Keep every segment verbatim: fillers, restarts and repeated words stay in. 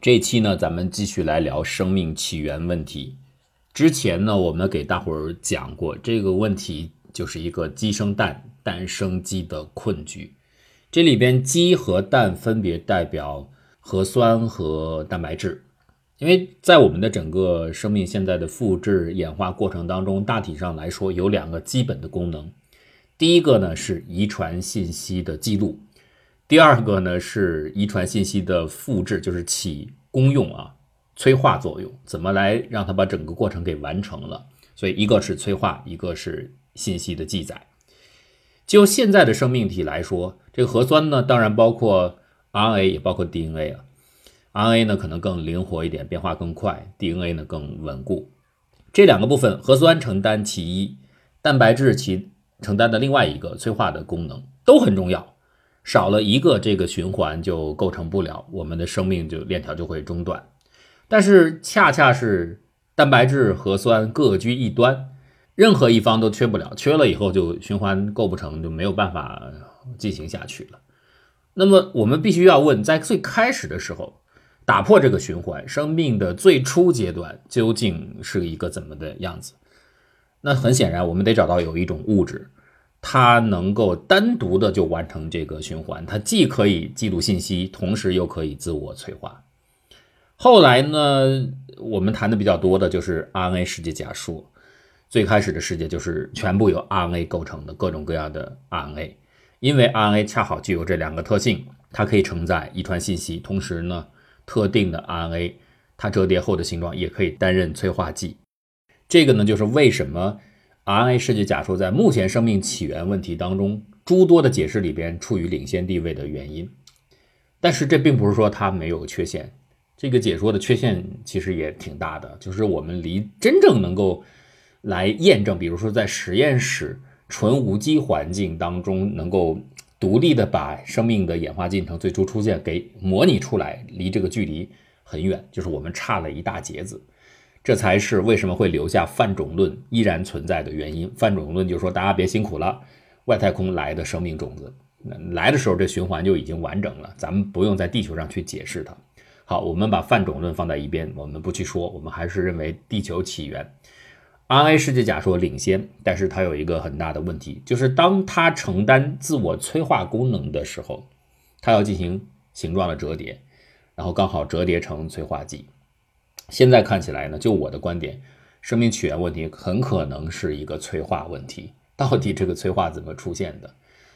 这一期呢，咱们继续来聊生命起源问题。之前呢，我们给大伙儿讲过这个问题，就是一个鸡生蛋，蛋生鸡的困局。这里边鸡和蛋分别代表核酸和蛋白质。因为在我们的整个生命现在的复制演化过程当中，大体上来说有两个基本的功能。第一个呢是遗传信息的记录，第二个呢是遗传信息的复制，就是起功用啊，催化作用，怎么来让它把整个过程给完成了。所以一个是催化，一个是信息的记载。就现在的生命体来说，这个核酸呢当然包括 R N A 也包括 D N A 啊。R N A 呢可能更灵活一点，变化更快， D N A 呢更稳固。这两个部分，核酸承担其一，蛋白质其承担的另外一个催化的功能，都很重要。少了一个，这个循环就构成不了，我们的生命就链条就会中断。但是恰恰是蛋白质、核酸各居一端，任何一方都缺不了，缺了以后就循环构不成，就没有办法进行下去了。那么我们必须要问，在最开始的时候，打破这个循环，生命的最初阶段究竟是一个怎么的样子？那很显然，我们得找到有一种物质，它能够单独的就完成这个循环，它既可以记录信息，同时又可以自我催化。后来呢，我们谈的比较多的就是 R N A 世界假说。最开始的世界就是全部由 R N A 构成的，各种各样的 R N A， 因为 R N A 恰好具有这两个特性，它可以承载遗传信息，同时呢特定的 R N A 它折叠后的形状也可以担任催化剂。这个呢就是为什么 R N A 世界假说在目前生命起源问题当中诸多的解释里边处于领先地位的原因。但是这并不是说它没有缺陷，这个解说的缺陷其实也挺大的，就是我们离真正能够来验证，比如说在实验室纯无机环境当中能够独立的把生命的演化进程最初出现给模拟出来，离这个距离很远，就是我们差了一大截子。这才是为什么会留下泛种论依然存在的原因。泛种论就是说大家别辛苦了，外太空来的生命种子来的时候这循环就已经完整了，咱们不用在地球上去解释它。好，我们把泛种论放在一边，我们不去说，我们还是认为地球起源。R N A 世界假说领先，但是它有一个很大的问题，就是当它承担自我催化功能的时候，它要进行形状的折叠，然后刚好折叠成催化剂。现在看起来呢，就我的观点，生命起源问题很可能是一个催化问题。到底这个催化怎么出现的？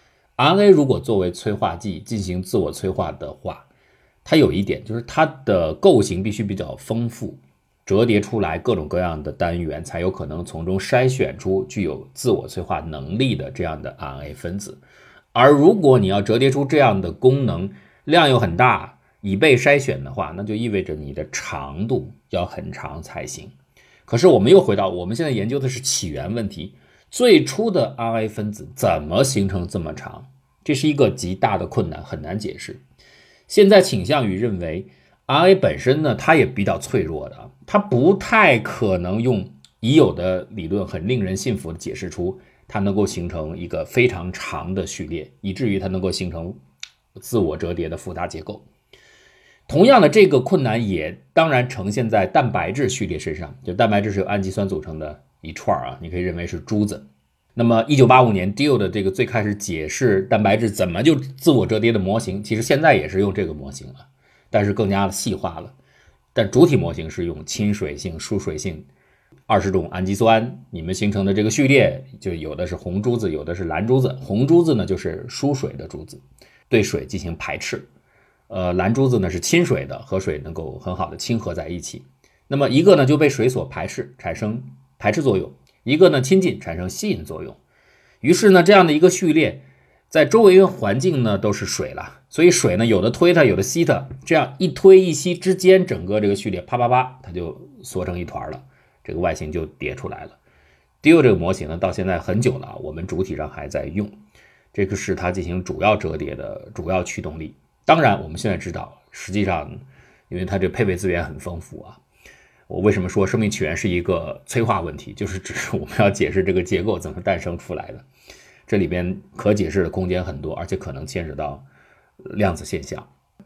R N A 如果作为催化剂进行自我催化的话，它有一点就是它的构型必须比较丰富，折叠出来各种各样的单元，才有可能从中筛选出具有自我催化能力的这样的 R N A 分子。而如果你要折叠出这样的功能，量又很大，已被筛选的话，那就意味着你的长度要很长才行。可是我们又回到我们现在研究的是起源问题，最初的 R N A 分子怎么形成这么长？这是一个极大的困难，很难解释。现在倾向于认为 R N A 本身呢，它也比较脆弱的，它不太可能用已有的理论很令人信服的解释出它能够形成一个非常长的序列，以至于它能够形成自我折叠的复杂结构。同样的，这个困难也当然呈现在蛋白质序列身上，就蛋白质是由氨基酸组成的一串啊，你可以认为是珠子。那么一九八五年 Deal 的这个最开始解释蛋白质怎么就自我折叠的模型，其实现在也是用这个模型了，但是更加的细化了。但主体模型是用亲水性、疏水性二十种氨基酸，你们形成的这个序列就有的是红珠子，有的是蓝珠子。红珠子呢就是疏水的珠子，对水进行排斥。呃，蓝珠子呢是亲水的，和水能够很好的亲和在一起。那么一个呢就被水所排斥，产生排斥作用；一个呢亲近，产生吸引作用。于是呢，这样的一个序列，在周围的环境呢都是水了，所以水呢有的推它，有的吸它，这样一推一吸之间，整个这个序列啪啪啪，它就缩成一团了，这个外形就叠出来了。Deal 这个模型呢，到现在很久了，我们主体上还在用，这个是它进行主要折叠的主要驱动力。当然我们现在知道，实际上因为它这配备资源很丰富啊，我为什么说生命起源是一个催化问题，就是只是我们要解释这个结构怎么诞生出来的，这里边可解释的空间很多，而且可能牵扯到量子现象。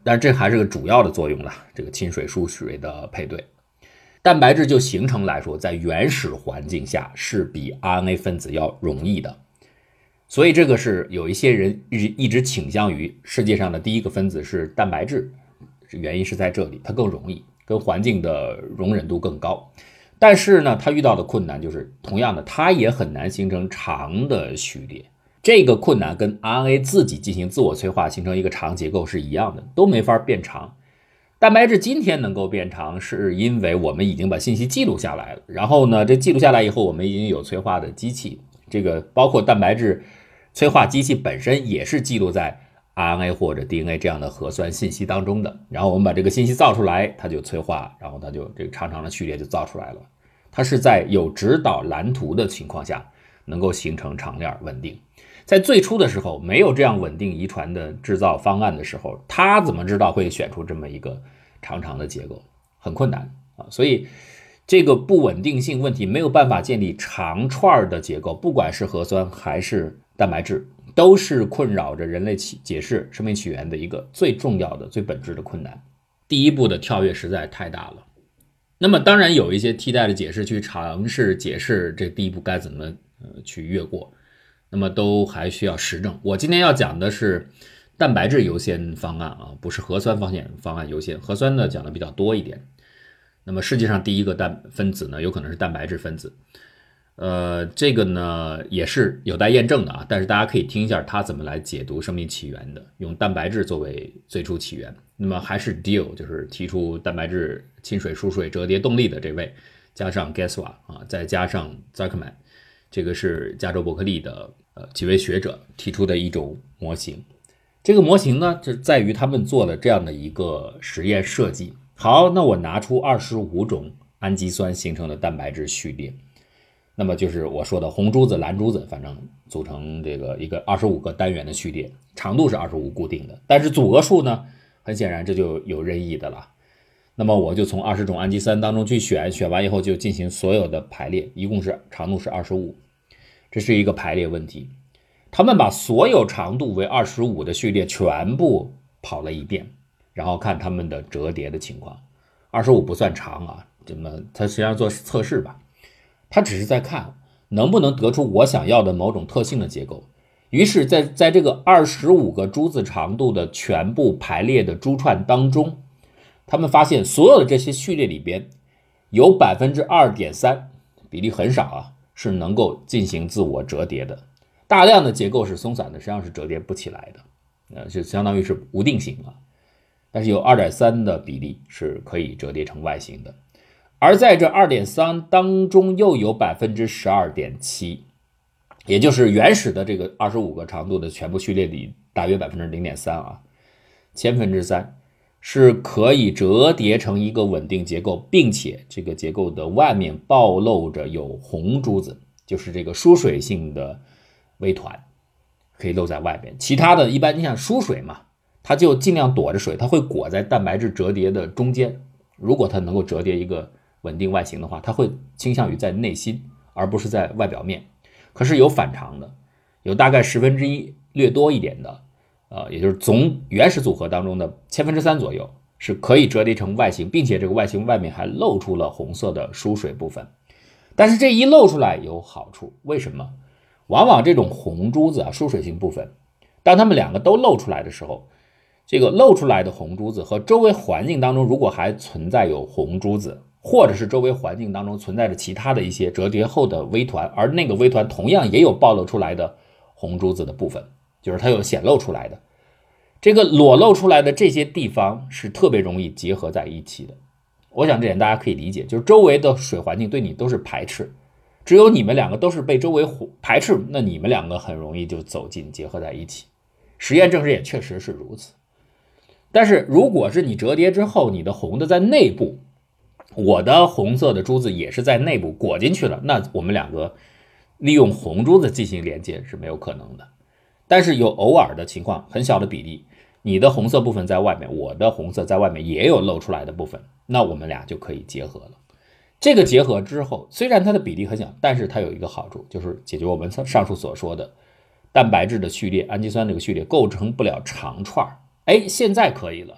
但是这还是个主要的作用了，这个亲水疏水的配对。蛋白质就形成来说，在原始环境下是比 R N A 分子要容易的，所以这个是有一些人一直倾向于世界上的第一个分子是蛋白质，原因是在这里，它更容易，跟环境的容忍度更高。但是呢，它遇到的困难就是同样的，它也很难形成长的序列。这个困难跟 R N A 自己进行自我催化形成一个长结构是一样的，都没法变长。蛋白质今天能够变长，是因为我们已经把信息记录下来了。然后呢，这记录下来以后，我们已经有催化的机器，这个包括蛋白质催化机器本身也是记录在 R N A 或者 D N A 这样的核酸信息当中的。然后我们把这个信息造出来，它就催化，然后它就这个长长的序列就造出来了。它是在有指导蓝图的情况下能够形成长链稳定。在最初的时候，没有这样稳定遗传的制造方案的时候，他怎么知道会选出这么一个长长的结构？很困难啊！所以这个不稳定性问题没有办法建立长串的结构，不管是核酸还是蛋白质，都是困扰着人类解释生命起源的一个最重要的、最本质的困难。第一步的跳跃实在太大了。那么当然有一些替代的解释去尝试解释这第一步该怎么呃去越过。那么都还需要实证。我今天要讲的是蛋白质优先方案啊，不是核酸方面方案优先。核酸呢讲的比较多一点。那么世界上第一个蛋分子呢，有可能是蛋白质分子。呃，这个呢也是有待验证的啊。但是大家可以听一下他怎么来解读生命起源的，用蛋白质作为最初起源。那么还是 Deal， 就是提出蛋白质亲水疏水折叠动力的这位，加上 Geswa 啊，再加上 Zuckerman， 这个是加州伯克利的。呃，几位学者提出的一种模型，这个模型呢，就在于他们做了这样的一个实验设计。好，那我拿出二十五种氨基酸形成的蛋白质序列，那么就是我说的红珠子、蓝珠子，反正组成这个一个二十五个单元的序列，长度是二十五固定的，但是组合数呢，很显然这就有任意的了。那么我就从二十种氨基酸当中去选，选完以后就进行所有的排列，一共是长度是二十五。这是一个排列问题，他们把所有长度为二十五的序列全部跑了一遍，然后看他们的折叠的情况。二十五不算长啊，这么它实际上做测试吧，它只是在看能不能得出我想要的某种特性的结构。于是在在这个二十五个珠子长度的全部排列的珠串当中，他们发现所有的这些序列里边有 百分之二点三， 比例很少啊，是能够进行自我折叠的。大量的结构是松散的，实际上是折叠不起来的，呃，就相当于是无定型啊。但是有 二点三 的比例是可以折叠成外形的，而在这 二点三 当中又有 百分之十二点七， 也就是原始的这个二十五个长度的全部序列里大约 百分之零点三 啊，千分之三是可以折叠成一个稳定结构，并且这个结构的外面暴露着有红珠子，就是这个疏水性的微团可以露在外边。其他的一般你想疏水嘛，它就尽量躲着水，它会裹在蛋白质折叠的中间。如果它能够折叠一个稳定外形的话，它会倾向于在内心而不是在外表面。可是有反常的，有大概十分之一略多一点的呃，也就是总原始组合当中的千分之三左右是可以折叠成外形，并且这个外形外面还露出了红色的疏水部分。但是这一露出来有好处，为什么？往往这种红珠子啊，疏水性部分，当它们两个都露出来的时候，这个露出来的红珠子和周围环境当中如果还存在有红珠子，或者是周围环境当中存在着其他的一些折叠后的微团，而那个微团同样也有暴露出来的红珠子的部分，就是它有显露出来的，这个裸露出来的这些地方是特别容易结合在一起的。我想这点大家可以理解，就是周围的水环境对你都是排斥，只有你们两个都是被周围排斥，那你们两个很容易就走进结合在一起。实验证实也确实是如此。但是如果是你折叠之后，你的红的在内部，我的红色的珠子也是在内部裹进去了，那我们两个利用红珠子进行连接是没有可能的。但是有偶尔的情况，很小的比例，你的红色部分在外面，我的红色在外面也有露出来的部分，那我们俩就可以结合了。这个结合之后，虽然它的比例很小，但是它有一个好处，就是解决我们上述所说的蛋白质的序列，氨基酸这个序列构成不了长串。哎，现在可以了。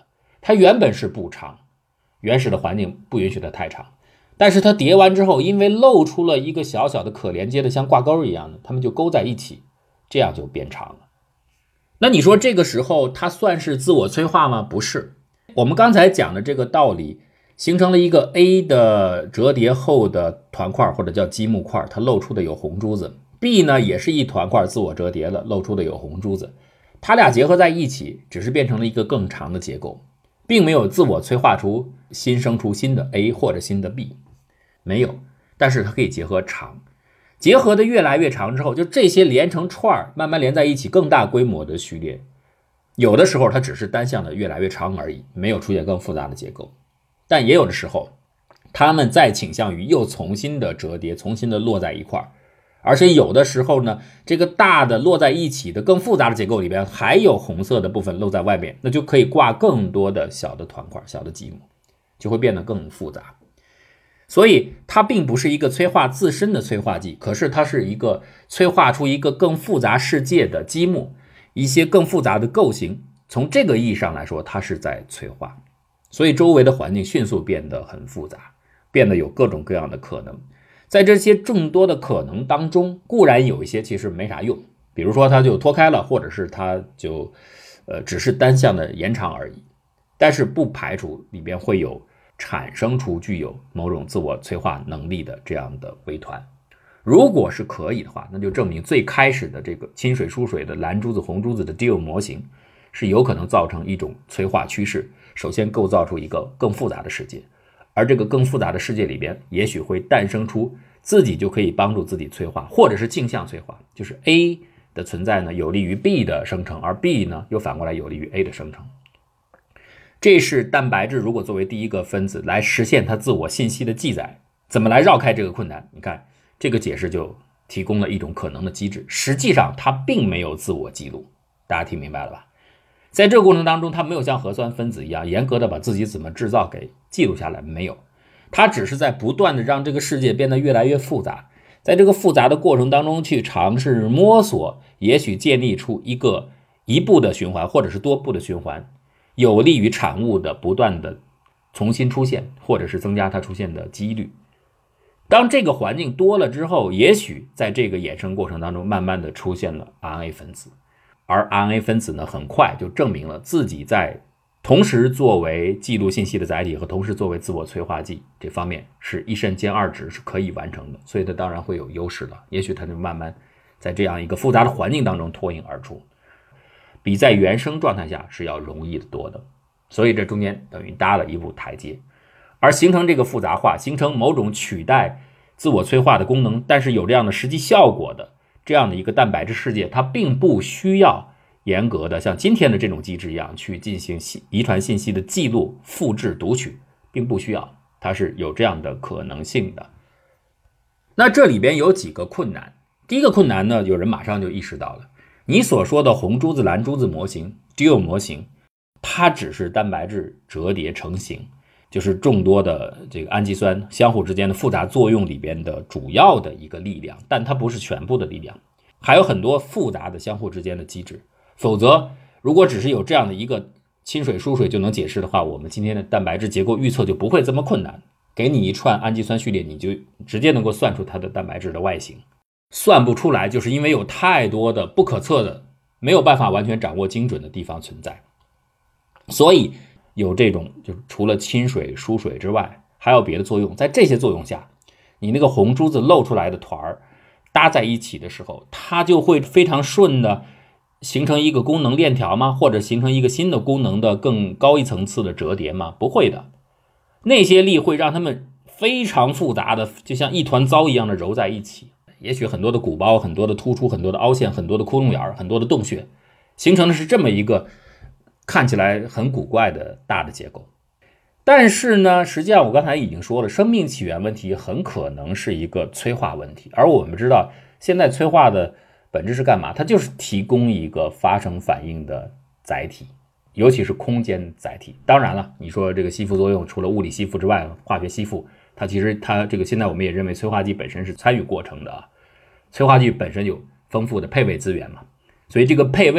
它原本是不长，原始的环境不允许它太长，但是它叠完之后，因为露出了一个小小的可连接的像挂钩一样的，它们就勾在一起，这样就变长了。那你说这个时候它算是自我催化吗？不是。我们刚才讲的这个道理形成了一个 A 的折叠后的团块或者叫积木块，它露出的有红珠子， B 呢也是一团块自我折叠了，露出的有红珠子，它俩结合在一起只是变成了一个更长的结构，并没有自我催化出新生出新的 A 或者新的 B， 没有，但是它可以结合长，结合的越来越长之后，就这些连成串慢慢连在一起，更大规模的序列，有的时候它只是单向的越来越长而已，没有出现更复杂的结构，但也有的时候它们再倾向于又重新的折叠，重新的落在一块，而且有的时候呢，这个大的落在一起的更复杂的结构里边还有红色的部分露在外面，那就可以挂更多的小的团块，小的积木，就会变得更复杂。所以它并不是一个催化自身的催化剂，可是它是一个催化出一个更复杂世界的积木，一些更复杂的构型，从这个意义上来说，它是在催化。所以周围的环境迅速变得很复杂，变得有各种各样的可能。在这些众多的可能当中，固然有一些其实没啥用，比如说它就脱开了，或者是它就呃只是单向的延长而已，但是不排除里边会有产生出具有某种自我催化能力的这样的微团。如果是可以的话，那就证明最开始的这个亲水疏水的蓝珠子红珠子的 D I O 模型是有可能造成一种催化趋势，首先构造出一个更复杂的世界，而这个更复杂的世界里边也许会诞生出自己就可以帮助自己催化，或者是镜像催化，就是 A 的存在呢有利于 B 的生成，而 B 呢又反过来有利于 A 的生成。这是蛋白质如果作为第一个分子来实现它自我信息的记载，怎么来绕开这个困难？你看这个解释就提供了一种可能的机制，实际上它并没有自我记录，大家听明白了吧？在这个过程当中，它没有像核酸分子一样严格的把自己怎么制造给记录下来，没有，它只是在不断的让这个世界变得越来越复杂，在这个复杂的过程当中去尝试摸索，也许建立出一个一步的循环或者是多步的循环，有利于产物的不断的重新出现，或者是增加它出现的几率。当这个环境多了之后，也许在这个衍生过程当中慢慢的出现了 R N A 分子，而 R N A 分子呢很快就证明了自己在同时作为记录信息的载体和同时作为自我催化剂这方面是一肾兼二职，是可以完成的，所以它当然会有优势了，也许它就慢慢在这样一个复杂的环境当中脱颖而出，比在原生状态下是要容易的多的，所以这中间等于搭了一步台阶。而形成这个复杂化，形成某种取代自我催化的功能，但是有这样的实际效果的这样的一个蛋白质世界，它并不需要严格的像今天的这种机制一样去进行遗传信息的记录、复制、读取，并不需要，它是有这样的可能性的。那这里边有几个困难，第一个困难呢，有人马上就意识到了，你所说的红珠子蓝珠子模型 D I O 模型，它只是蛋白质折叠成型，就是众多的这个氨基酸相互之间的复杂作用里边的主要的一个力量，但它不是全部的力量，还有很多复杂的相互之间的机制。否则如果只是有这样的一个亲水疏水就能解释的话，我们今天的蛋白质结构预测就不会这么困难，给你一串氨基酸序列，你就直接能够算出它的蛋白质的外形。算不出来就是因为有太多的不可测的没有办法完全掌握精准的地方存在，所以有这种就是除了亲水疏水之外还有别的作用，在这些作用下，你那个红珠子露出来的团儿搭在一起的时候，它就会非常顺的形成一个功能链条吗？或者形成一个新的功能的更高一层次的折叠吗？不会的，那些力会让它们非常复杂的就像一团糟一样的揉在一起，也许很多的鼓包，很多的突出，很多的凹陷，很多的窟窿眼，很多的洞穴，形成的是这么一个看起来很古怪的大的结构。但是呢，实际上我刚才已经说了，生命起源问题很可能是一个催化问题，而我们知道现在催化的本质是干嘛？它就是提供一个发生反应的载体，尤其是空间载体。当然了，你说这个吸附作用除了物理吸附之外，化学吸附它其实它这个现在我们也认为催化剂本身是参与过程的啊，催化剂本身有丰富的配位资源嘛，所以这个配位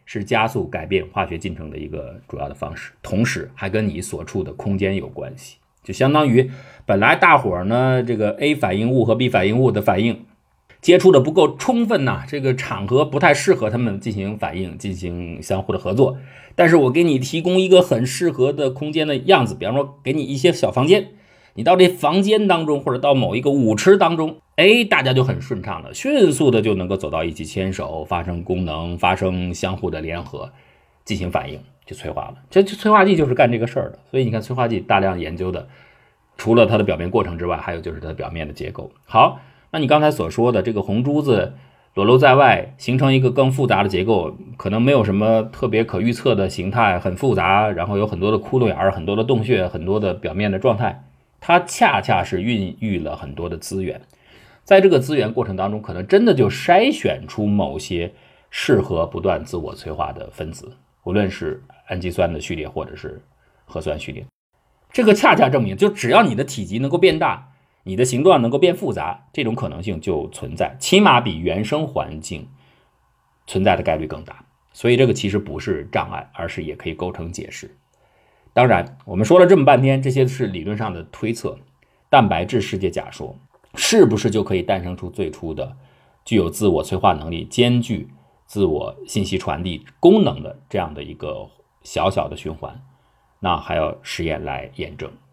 是加速改变化学进程的一个主要的方式，同时还跟你所处的空间有关系。就相当于本来大伙儿呢，这个 A 反应物和 B 反应物的反应接触的不够充分呐、啊，这个场合不太适合他们进行反应，进行相互的合作。但是我给你提供一个很适合的空间的样子，比方说给你一些小房间，你到这房间当中或者到某一个舞池当中，哎，大家就很顺畅的，迅速的就能够走到一起牵手，发生功能，发生相互的联合，进行反应，就催化了。这催化剂就是干这个事儿的。所以你看催化剂大量研究的，除了它的表面过程之外，还有就是它的表面的结构。好，那你刚才所说的这个红珠子裸露在外，形成一个更复杂的结构，可能没有什么特别可预测的形态，很复杂，然后有很多的窟窿眼儿，很多的洞穴，很多的表面的状态，它恰恰是孕育了很多的资源。在这个资源过程当中，可能真的就筛选出某些适合不断自我催化的分子，无论是氨基酸的序列或者是核酸序列。这个恰恰证明，就只要你的体积能够变大，你的形状能够变复杂，这种可能性就存在，起码比原生环境存在的概率更大。所以这个其实不是障碍，而是也可以构成解释。当然，我们说了这么半天，这些是理论上的推测。蛋白质世界假说是不是就可以诞生出最初的具有自我催化能力、兼具自我信息传递功能的这样的一个小小的循环？那还要实验来验证。